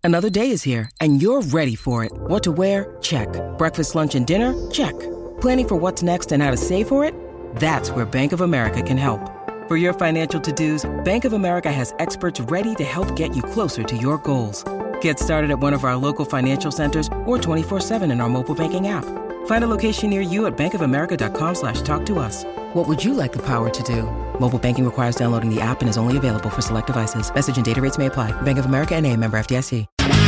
Another day is here, and you're ready for it. What to wear? Check. Breakfast, lunch, and dinner? Check. Planning for what's next and how to save for it? That's where Bank of America can help. For your financial to-dos, Bank of America has experts ready to help get you closer to your goals. Get started at one of our local financial centers or 24/7 in our mobile banking app. Find a location near you at bankofamerica.com/talktous. What would you like the power to do? Mobile banking requires downloading the app and is only available for select devices. Message and data rates may apply. Bank of America N.A., member FDIC.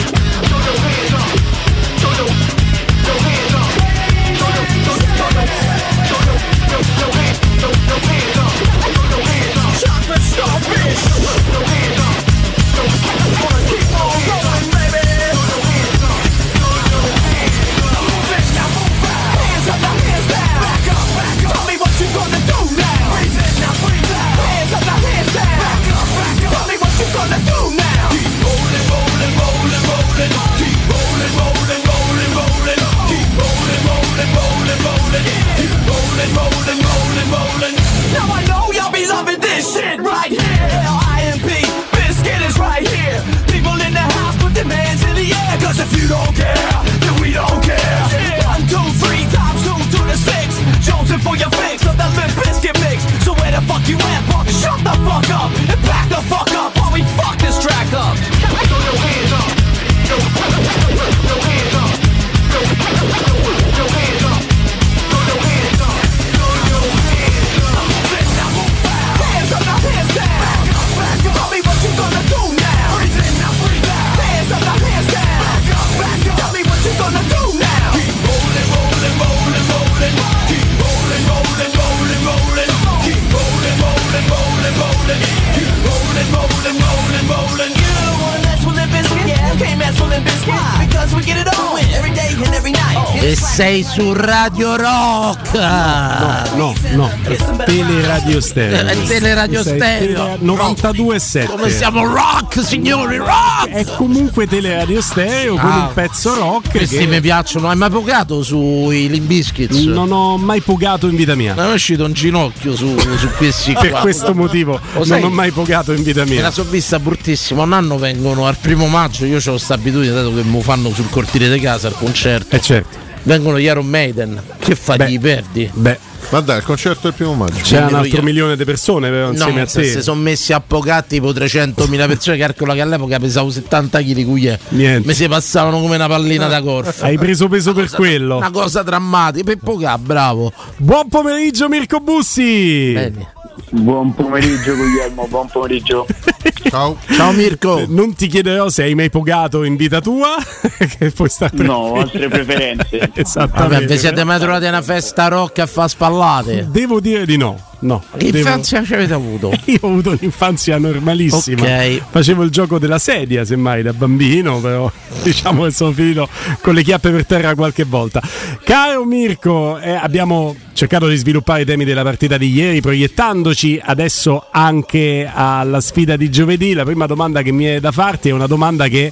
Now I know y'all be loving this shit right here. IMP, Biscuit is right here. People in the house put their hands in the air. Cause if you don't care, then we don't care. 1, 2, 3 times 2 to the 6. Jonesing for your fix of the Limp Bizkit mix. So where the fuck you at, punk? Shut the fuck up and back the fuck up while we fuck this track up. Throw your hands up. Throw your hands up. Throw your hands up. Tell me what you gonna do now. Breathe in, now breathe out. Hands up, now hands down. Back up. Tell me what you gonna do now. Keep rolling, rolling, rolling, rolling. Keep rolling, rolling, rolling, rolling. Keep rolling, rolling, rolling, rolling. Keep rolling, rolling, rolling, rolling. You wanna mess with Limp Bizkit? Yeah, you can't mess with Limp Bizkit. Because we get it on every day and every night. E sei su Radio Rock. No, Teleradio Stereo. Teleradio Stereo 92.7. Come siamo rock, signori, rock. È comunque Teleradio Stereo con un pezzo rock. Questi che mi piacciono. Hai mai pogato sui Limp Bizkit? Non ho mai pogato in vita mia. Non è uscito un ginocchio su questi Per qua. questo motivo non ho mai pogato in vita mia. Me la so vista bruttissima. Un anno vengono al 1 maggio. Io ho questa abitudine, dato che mi fanno sul cortile di casa al concerto. Certo. Vengono gli Iron Maiden. Che fai? Li perdi? Ma dai, il concerto del 1 maggio. C'era un altro milione di persone però, insieme a te. Si sono messi a pogare tipo 300.000 persone. Calcola che all'epoca pesavo 70 kg. Niente. Mi si passavano come una pallina da golf. Hai preso peso per quello. Una cosa drammatica. Per pogare, bravo. Buon pomeriggio Mirko Bussi. Bene. Buon pomeriggio Guglielmo, buon pomeriggio. Ciao Mirko. Non ti chiederò se hai mai pogato in vita tua. Che puoi stare No, ho altre preferenze. Esattamente. Vabbè, vi siete mai trovati a una festa rock a fa spallate? Devo dire di no. Che infanzia ci avete avuto? Io ho avuto un'infanzia normalissima. Ok. Facevo il gioco della sedia, semmai da bambino, però diciamo che sono finito con le chiappe per terra qualche volta. Caro Mirko, abbiamo cercato di sviluppare i temi della partita di ieri, proiettandoci adesso anche alla sfida di giovedì. La prima domanda che mi è da farti è una domanda che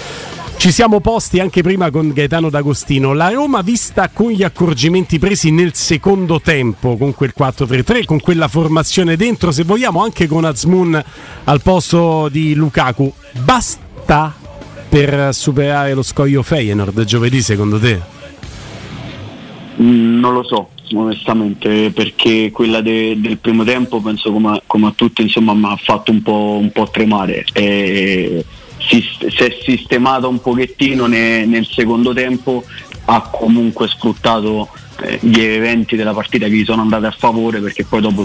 ci siamo posti anche prima con Gaetano D'Agostino. La Roma, vista con gli accorgimenti presi nel secondo tempo, con quel 4-3-3, con quella formazione dentro, se vogliamo anche con Azmoun al posto di Lukaku, basta per superare lo scoglio Feyenoord giovedì secondo te? Non lo so onestamente, perché quella del primo tempo penso come a tutti insomma mi ha fatto un po' tremare. Si è sistemato un pochettino nel secondo tempo, ha comunque sfruttato gli eventi della partita che gli sono andati a favore, perché poi dopo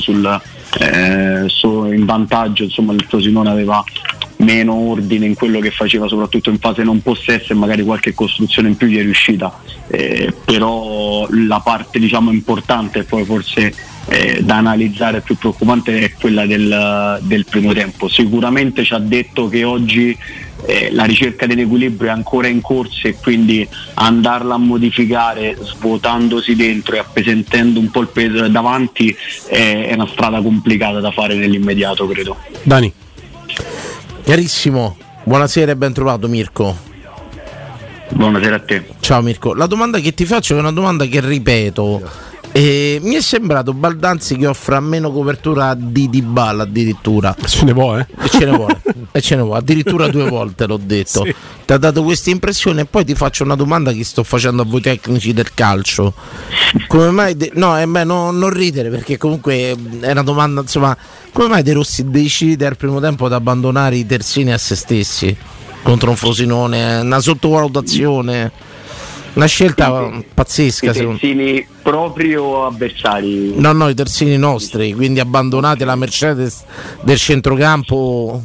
in vantaggio insomma il Frosinone aveva meno ordine in quello che faceva, soprattutto in fase non possesso, e magari qualche costruzione in più gli è riuscita, però la parte diciamo importante e poi forse da analizzare più preoccupante è quella del primo tempo. Sicuramente ci ha detto che oggi la ricerca dell'equilibrio è ancora in corso, e quindi andarla a modificare svuotandosi dentro e appesantendo un po' il peso davanti è una strada complicata da fare nell'immediato, credo. Dani. Chiarissimo, buonasera e ben trovato Mirko. Buonasera a te. Ciao Mirko, la domanda che ti faccio è una domanda che ripeto. E mi è sembrato Baldanzi che offra meno copertura di Dybala addirittura. Ce ne vuole? E ce ne vuole. Addirittura 2 volte l'ho detto. Sì. Ti ha dato questa impressione. E poi ti faccio una domanda che sto facendo a voi tecnici del calcio. Come mai non ridere, perché comunque è una domanda, insomma, come mai De Rossi decide al primo tempo ad abbandonare i terzini a se stessi contro un Frosinone? Una sottovalutazione? Una scelta pazzesca. I terzini propri o avversari? No, i terzini nostri, quindi abbandonate la Mercedes del centrocampo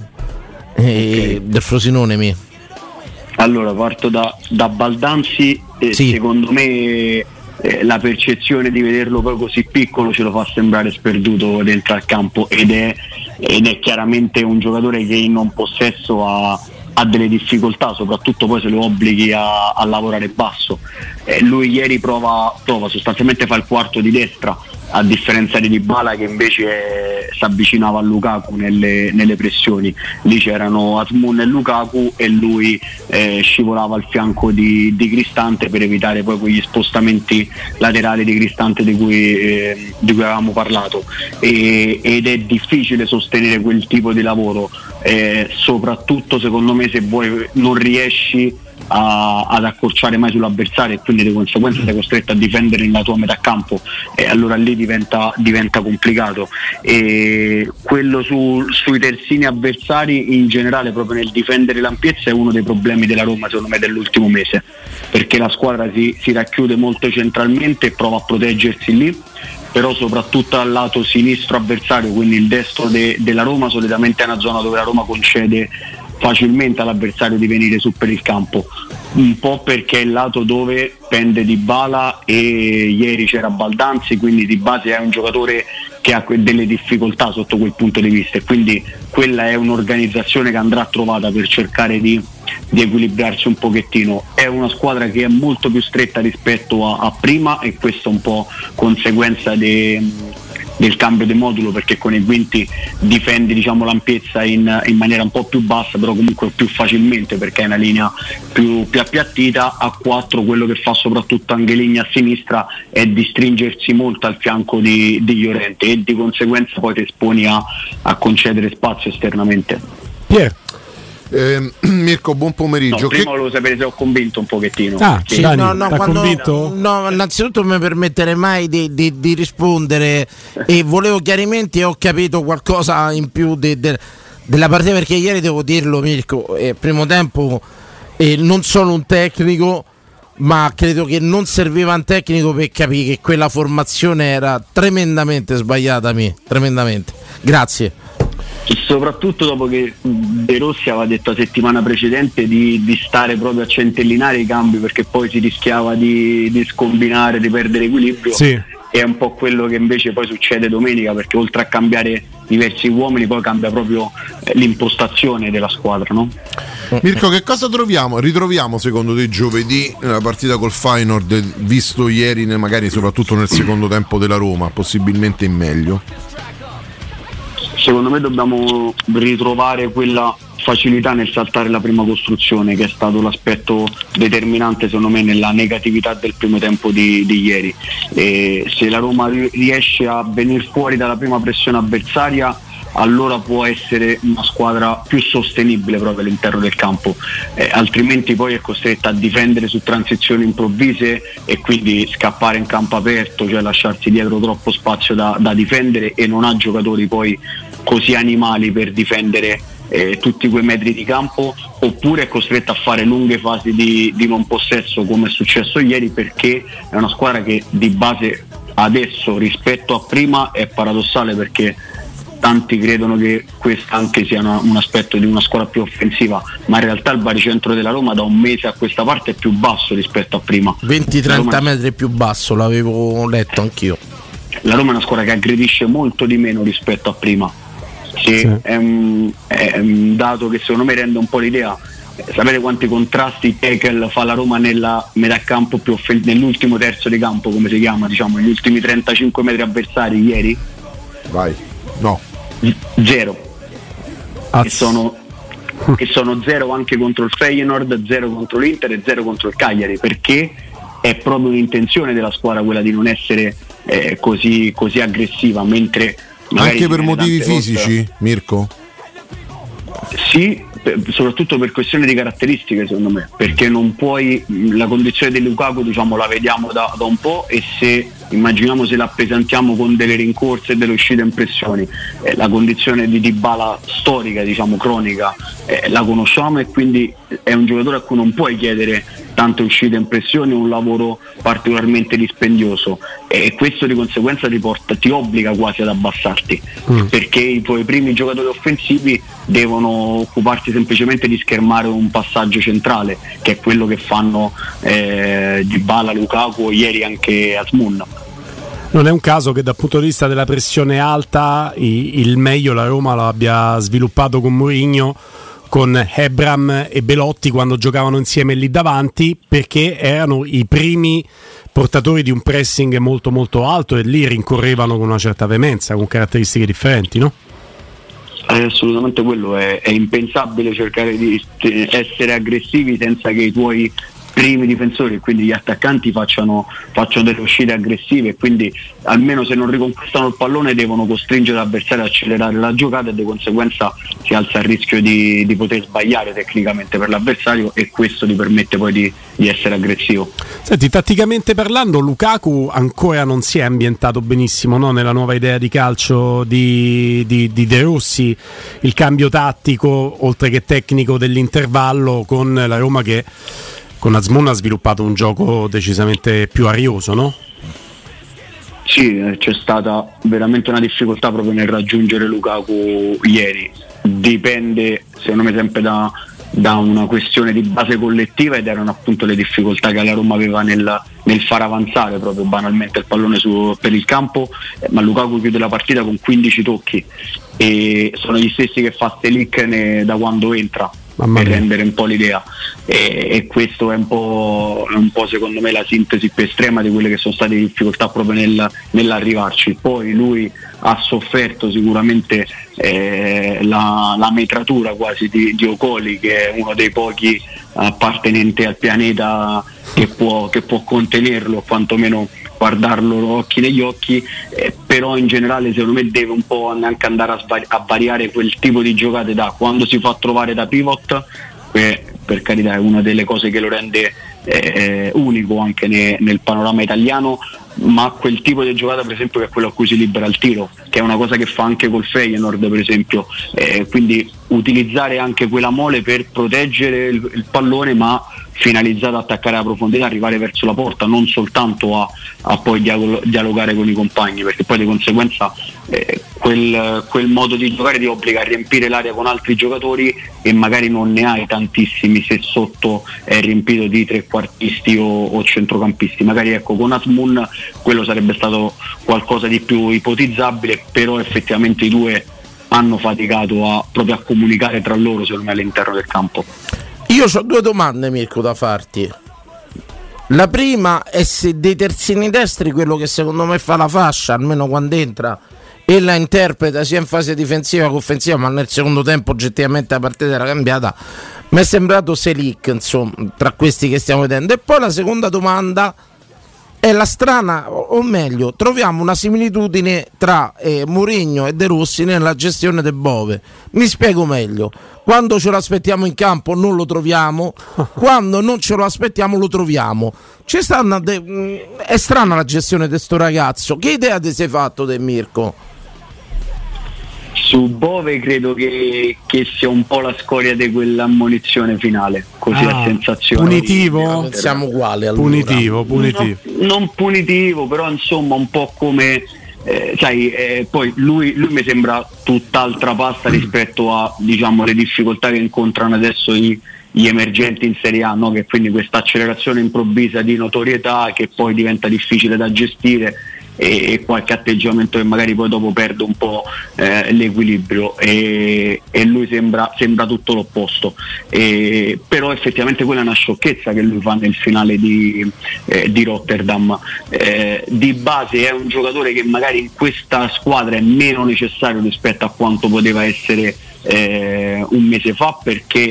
del Frosinone. Allora parto da Baldanzi. Sì. Secondo me la percezione di vederlo poi così piccolo ce lo fa sembrare sperduto dentro al campo, ed è chiaramente un giocatore che in non possesso ha delle difficoltà, soprattutto poi se lo obblighi a lavorare basso. Lui ieri prova sostanzialmente fa il quarto di destra, a differenza di Dybala che invece si avvicinava a Lukaku nelle pressioni. Lì c'erano Asmun e Lukaku e lui scivolava al fianco di Cristante per evitare poi quegli spostamenti laterali di Cristante di cui avevamo parlato, ed è difficile sostenere quel tipo di lavoro, soprattutto secondo me se vuoi non riesci ad accorciare mai sull'avversario e quindi di conseguenza sei costretto a difendere nella tua metà campo, e allora lì diventa complicato. E quello sui terzini avversari in generale, proprio nel difendere l'ampiezza, è uno dei problemi della Roma secondo me dell'ultimo mese, perché la squadra si racchiude molto centralmente e prova a proteggersi lì, però soprattutto al lato sinistro avversario, quindi il destro della Roma solitamente è una zona dove la Roma concede facilmente all'avversario di venire su per il campo, un po' perché è il lato dove pende Dybala e ieri c'era Baldanzi, quindi di base è un giocatore che ha delle difficoltà sotto quel punto di vista, e quindi quella è un'organizzazione che andrà trovata per cercare di equilibrarsi un pochettino. È una squadra che è molto più stretta rispetto a prima, e questo è un po' conseguenza del cambio di modulo, perché con i Guinti difendi l'ampiezza in maniera un po' più bassa, però comunque più facilmente perché è una linea più appiattita. A 4 quello che fa soprattutto Angelini a sinistra è di stringersi molto al fianco di Llorente, e di conseguenza poi ti esponi a concedere spazio esternamente. Mirko, buon pomeriggio. Prima volevo sapere se ho convinto un pochettino. Sì, convinto? No, innanzitutto non mi permetterei mai di rispondere, e volevo chiarimenti, e ho capito qualcosa in più della partita, perché ieri, devo dirlo Mirko, primo tempo non sono un tecnico, ma credo che non serviva un tecnico per capire che quella formazione era tremendamente sbagliata. Tremendamente. Grazie. Soprattutto dopo che De Rossi aveva detto la settimana precedente di stare proprio a centellinare i cambi, perché poi si rischiava di scombinare, di perdere equilibrio. Sì. È un po' quello che invece poi succede domenica, perché oltre a cambiare diversi uomini poi cambia proprio l'impostazione della squadra, no? Mirko, che cosa ritroviamo secondo te giovedì nella partita col Feyenoord, visto ieri magari soprattutto nel secondo tempo della Roma, possibilmente in meglio? Secondo me dobbiamo ritrovare quella facilità nel saltare la prima costruzione, che è stato l'aspetto determinante secondo me nella negatività del primo tempo di ieri. E se la Roma riesce a venire fuori dalla prima pressione avversaria, allora può essere una squadra più sostenibile proprio all'interno del campo, altrimenti poi è costretta a difendere su transizioni improvvise e quindi scappare in campo aperto, cioè lasciarsi dietro troppo spazio da difendere, e non ha giocatori poi così animali per difendere tutti quei metri di campo, oppure è costretta a fare lunghe fasi di non possesso, come è successo ieri, perché è una squadra che di base adesso rispetto a prima è paradossale, perché tanti credono che questo anche sia un aspetto di una squadra più offensiva, ma in realtà il baricentro della Roma da un mese a questa parte è più basso rispetto a prima. 20-30 metri più basso, l'avevo letto anch'io. La Roma è una squadra che aggredisce molto di meno rispetto a prima, che sì. È un dato che secondo me rende un po' l'idea. Sapete quanti contrasti tackle fa la Roma nella metà campo più nell'ultimo terzo di campo, come si chiama, gli ultimi 35 metri avversari ieri? Vai. No. 0. Che sono 0 anche contro il Feyenoord, 0 contro l'Inter e 0 contro il Cagliari, perché è proprio un'intenzione della squadra quella di non essere così aggressiva, mentre anche per motivi fisici, Mirko? Sì, soprattutto per questione di caratteristiche, secondo me, perché non puoi, la condizione di Lukaku diciamo la vediamo da un po', e se immaginiamo se la appesantiamo con delle rincorse e delle uscite in pressioni, la condizione di Dybala storica, diciamo cronica, la conosciamo, e quindi è un giocatore a cui non puoi chiedere tante uscite in pressione, un lavoro particolarmente dispendioso, e questo di conseguenza ti obbliga quasi ad abbassarti, perché i tuoi primi giocatori offensivi devono occuparsi semplicemente di schermare un passaggio centrale, che è quello che fanno Dybala, Lukaku, ieri anche Azmoun. Non è un caso che dal punto di vista della pressione alta il meglio la Roma lo abbia sviluppato con Mourinho, con Ebram e Belotti quando giocavano insieme lì davanti, perché erano i primi portatori di un pressing molto molto alto, e lì rincorrevano con una certa veemenza, con caratteristiche differenti, no? Assolutamente, quello è impensabile cercare di essere aggressivi senza che i tuoi primi difensori, quindi gli attaccanti, facciano delle uscite aggressive, e quindi almeno se non riconquistano il pallone devono costringere l'avversario ad accelerare la giocata, e di conseguenza si alza il rischio di poter sbagliare tecnicamente per l'avversario, e questo gli permette poi di essere aggressivo. Senti, tatticamente parlando, Lukaku ancora non si è ambientato benissimo, no? Nella nuova idea di calcio di De Rossi, il cambio tattico oltre che tecnico dell'intervallo, con la Roma che con Azmoun ha sviluppato un gioco decisamente più arioso, no? Sì, c'è stata veramente una difficoltà proprio nel raggiungere Lukaku ieri. Dipende secondo me sempre da una questione di base collettiva, ed erano appunto le difficoltà che la Roma aveva nel far avanzare proprio banalmente il pallone per il campo, ma Lukaku chiude la partita con 15 tocchi, e sono gli stessi che fa Selic da quando entra, per rendere un po' l'idea, e questo è un po' secondo me la sintesi più estrema di quelle che sono state le difficoltà proprio nell'arrivarci. Poi lui ha sofferto sicuramente la metratura quasi di Okoli, che è uno dei pochi appartenenti al pianeta che può contenerlo, o quantomeno guardarlo occhi negli occhi, però in generale secondo me deve un po' anche andare a variare quel tipo di giocate, da quando si fa trovare da pivot, per carità è una delle cose che lo rende unico anche nel panorama italiano, ma quel tipo di giocata per esempio che è quello a cui si libera il tiro, che è una cosa che fa anche col Feyenoord per esempio, quindi utilizzare anche quella mole per proteggere il pallone, ma finalizzato ad attaccare la profondità, arrivare verso la porta, non soltanto a poi dialogare con i compagni, perché poi di conseguenza quel modo di giocare ti obbliga a riempire l'area con altri giocatori, e magari non ne hai tantissimi se sotto è riempito di trequartisti o centrocampisti. Magari ecco, con Azmoun quello sarebbe stato qualcosa di più ipotizzabile, però effettivamente i due hanno faticato proprio a comunicare tra loro, secondo me, all'interno del campo. Io ho due domande, Mirko, da farti. La prima è se dei terzini destri quello che secondo me fa la fascia, almeno quando entra e la interpreta sia in fase difensiva che offensiva, ma nel secondo tempo oggettivamente la partita era cambiata, mi è sembrato Selic, insomma, tra questi che stiamo vedendo. E poi la seconda domanda è la strana, o meglio, troviamo una similitudine tra Mourinho e De Rossi nella gestione del Bove. Mi spiego meglio: quando ce lo aspettiamo in campo non lo troviamo, quando non ce lo aspettiamo lo troviamo. È strana la gestione di sto ragazzo. Che idea ti sei fatto, De Mirko? Su Bove credo che sia un po' la scoria di quell'ammonizione finale, così a sensazione. Punitivo? Siamo uguali allora. Punitivo. Non punitivo, però insomma un po' come poi lui mi sembra tutt'altra pasta rispetto a, diciamo, le difficoltà che incontrano adesso gli emergenti in Serie A, no? Che quindi questa accelerazione improvvisa di notorietà che poi diventa difficile da gestire, e qualche atteggiamento che magari poi dopo perde un po' l'equilibrio, e lui sembra tutto l'opposto, però effettivamente quella è una sciocchezza che lui fa nel finale di Rotterdam. Di base è un giocatore che magari in questa squadra è meno necessario rispetto a quanto poteva essere un mese fa, perché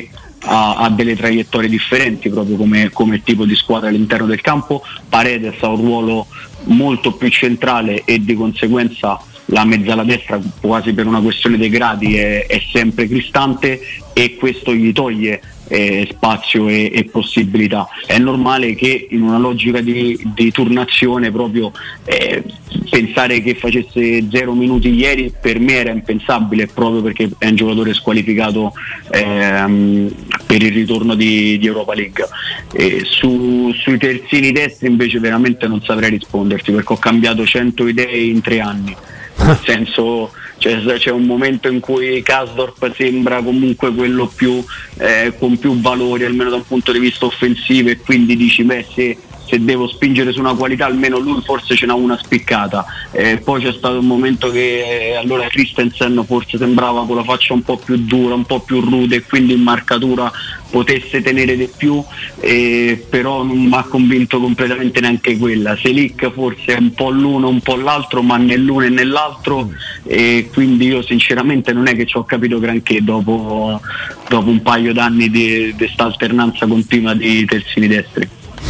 ha delle traiettorie differenti proprio come tipo di squadra all'interno del campo. Paredes ha un ruolo molto più centrale e di conseguenza la mezzala destra, quasi per una questione dei gradi, è sempre Cristante, e questo gli toglie spazio e possibilità. È normale che in una logica di turnazione proprio pensare che facesse 0 minuti ieri per me era impensabile, proprio perché è un giocatore squalificato per il ritorno di Europa League. Sui terzini destri invece veramente non saprei risponderti, perché ho cambiato 100 idee in 3 anni. Nel senso, c'è un momento in cui Karsdorp sembra comunque quello più con più valori, almeno da un punto di vista offensivo, e quindi dici se devo spingere su una qualità almeno lui forse ce n'ha una spiccata. Poi c'è stato un momento che allora Christensen forse sembrava con la faccia un po' più dura, un po' più rude, e quindi in marcatura potesse tenere di più, però non mi ha convinto completamente neanche quella. Selic forse è un po' l'uno un po' l'altro, ma né l'uno e né l'altro, e quindi io sinceramente non è che ci ho capito granché dopo un paio d'anni di sta alternanza continua di terzini destri.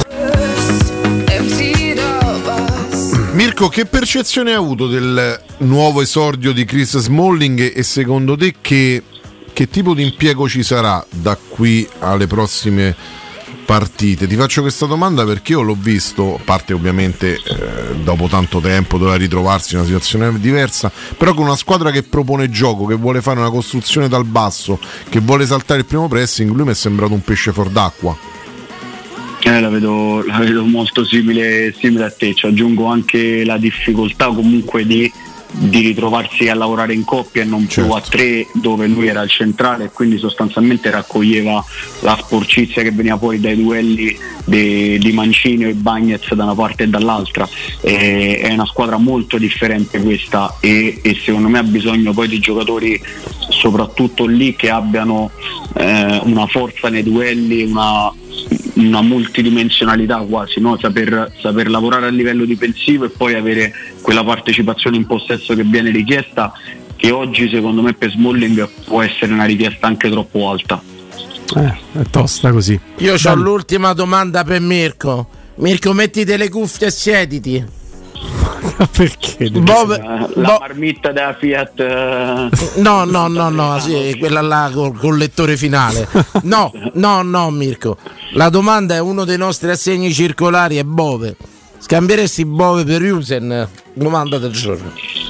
Mirko, che percezione hai avuto del nuovo esordio di Chris Smalling, e secondo te che tipo di impiego ci sarà da qui alle prossime partite? Ti faccio questa domanda perché io l'ho visto, a parte ovviamente dopo tanto tempo doveva ritrovarsi in una situazione diversa, però con una squadra che propone gioco, che vuole fare una costruzione dal basso, che vuole saltare il primo pressing, lui mi è sembrato un pesce fuor d'acqua. La vedo molto simile a te. Ci aggiungo anche la difficoltà comunque di ritrovarsi a lavorare in coppia e non più a 3, dove lui era il centrale e quindi sostanzialmente raccoglieva la sporcizia che veniva fuori dai duelli di Mancini e Bagnez da una parte e dall'altra. È una squadra molto differente questa, e secondo me ha bisogno poi di giocatori soprattutto lì che abbiano una forza nei duelli, una multidimensionalità quasi, no? Saper lavorare a livello difensivo e poi avere quella partecipazione in possesso che viene richiesta, che oggi secondo me per Smalling può essere una richiesta anche troppo alta. È tosta così. Io ho l'ultima domanda per Mirko. Mirko, mettiti le cuffie e siediti. Perché? La marmitta della Fiat. No, sì, quella là col lettore finale. No, Mirko. La domanda è: uno dei nostri assegni circolari è Bove. Scambieresti Bove per Jusen? Domanda del giorno.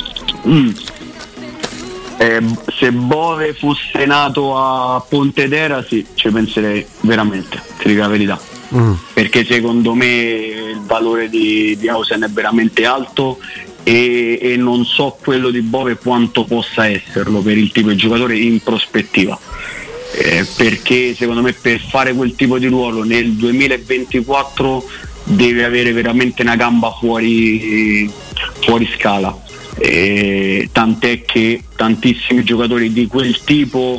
Se Bove fosse nato a Pontedera, sì, ci penserei veramente, ti dico la verità. Perché secondo me il valore di Hausen è veramente alto, e non so quello di Bove quanto possa esserlo per il tipo di giocatore in prospettiva, perché secondo me per fare quel tipo di ruolo nel 2024 deve avere veramente una gamba fuori scala, tant'è che tantissimi giocatori di quel tipo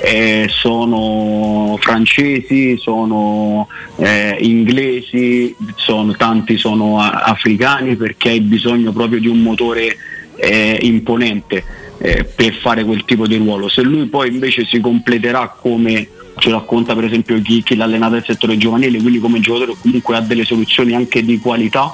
sono francesi, sono inglesi, tanti sono africani, perché hai bisogno proprio di un motore imponente per fare quel tipo di ruolo. Se lui poi invece si completerà come ci racconta per esempio chi l'ha allenato nel settore giovanile, quindi come giocatore comunque ha delle soluzioni anche di qualità,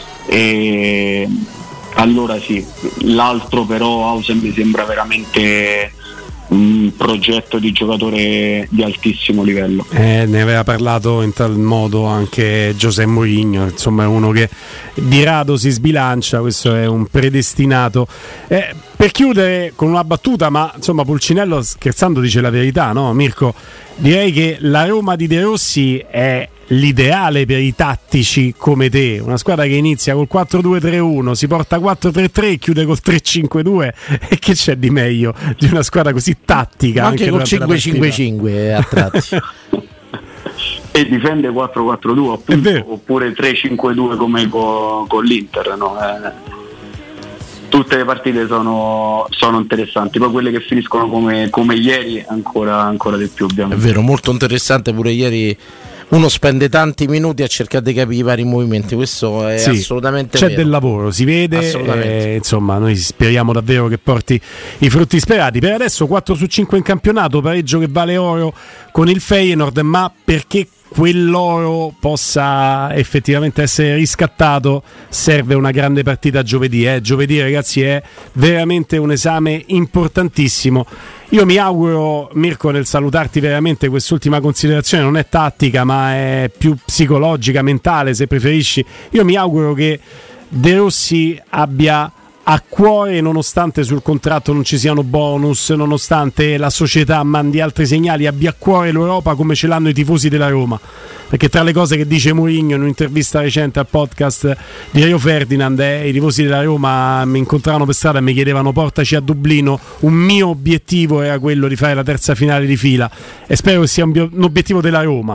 allora sì. L'altro però, Hausen, mi sembra veramente un progetto di giocatore di altissimo livello. Ne aveva parlato in tal modo anche José Mourinho, insomma è uno che di rado si sbilancia, questo è un predestinato. Per chiudere con una battuta, ma insomma Pulcinello scherzando dice la verità, no Mirko? Direi che la Roma di De Rossi è l'ideale per i tattici come te, una squadra che inizia col 4-2-3-1, si porta 4-3-3 e chiude col 3-5-2, e che c'è di meglio di una squadra così tattica, anche col 5-5-5 a tratti. E difende 4-4-2 appunto, oppure 3-5-2 come con l'Inter, no? Tutte le partite sono interessanti, poi quelle che finiscono come ieri ancora di più, ovviamente. È vero, molto interessante pure ieri uno spende tanti minuti a cercare di capire i vari movimenti, questo è assolutamente c'è vero. Del lavoro, si vede, insomma noi speriamo davvero che porti i frutti sperati. Per adesso 4 su 5 in campionato, pareggio che vale oro con il Feyenoord, ma perché quell'oro possa effettivamente essere riscattato serve una grande partita giovedì. Giovedì, ragazzi, è veramente un esame importantissimo. Io mi auguro, Mirko, nel salutarti veramente, quest'ultima considerazione non è tattica ma è più psicologica, mentale se preferisci. Io mi auguro che De Rossi abbia a cuore, nonostante sul contratto non ci siano bonus, nonostante la società mandi altri segnali, abbia a cuore l'Europa come ce l'hanno i tifosi della Roma, perché tra le cose che dice Mourinho in un'intervista recente al podcast di Rio Ferdinand, i tifosi della Roma mi incontravano per strada e mi chiedevano portaci a Dublino, un mio obiettivo era quello di fare la terza finale di fila e spero che sia un obiettivo della Roma,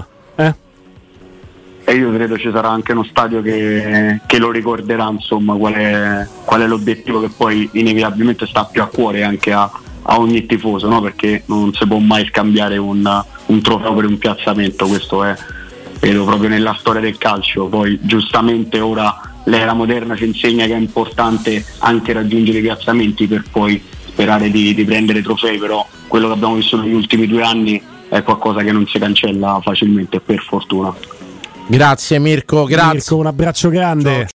E io credo ci sarà anche uno stadio che lo ricorderà, insomma, qual è l'obiettivo che poi inevitabilmente sta più a cuore anche a ogni tifoso, no? Perché non si può mai scambiare un trofeo per un piazzamento, questo è, vedo proprio nella storia del calcio. Poi giustamente ora l'era moderna ci insegna che è importante anche raggiungere i piazzamenti per poi sperare di prendere trofei, però quello che abbiamo visto negli ultimi 2 anni è qualcosa che non si cancella facilmente, per fortuna. Grazie Mirko, grazie. Mirko, un abbraccio grande. Ciao.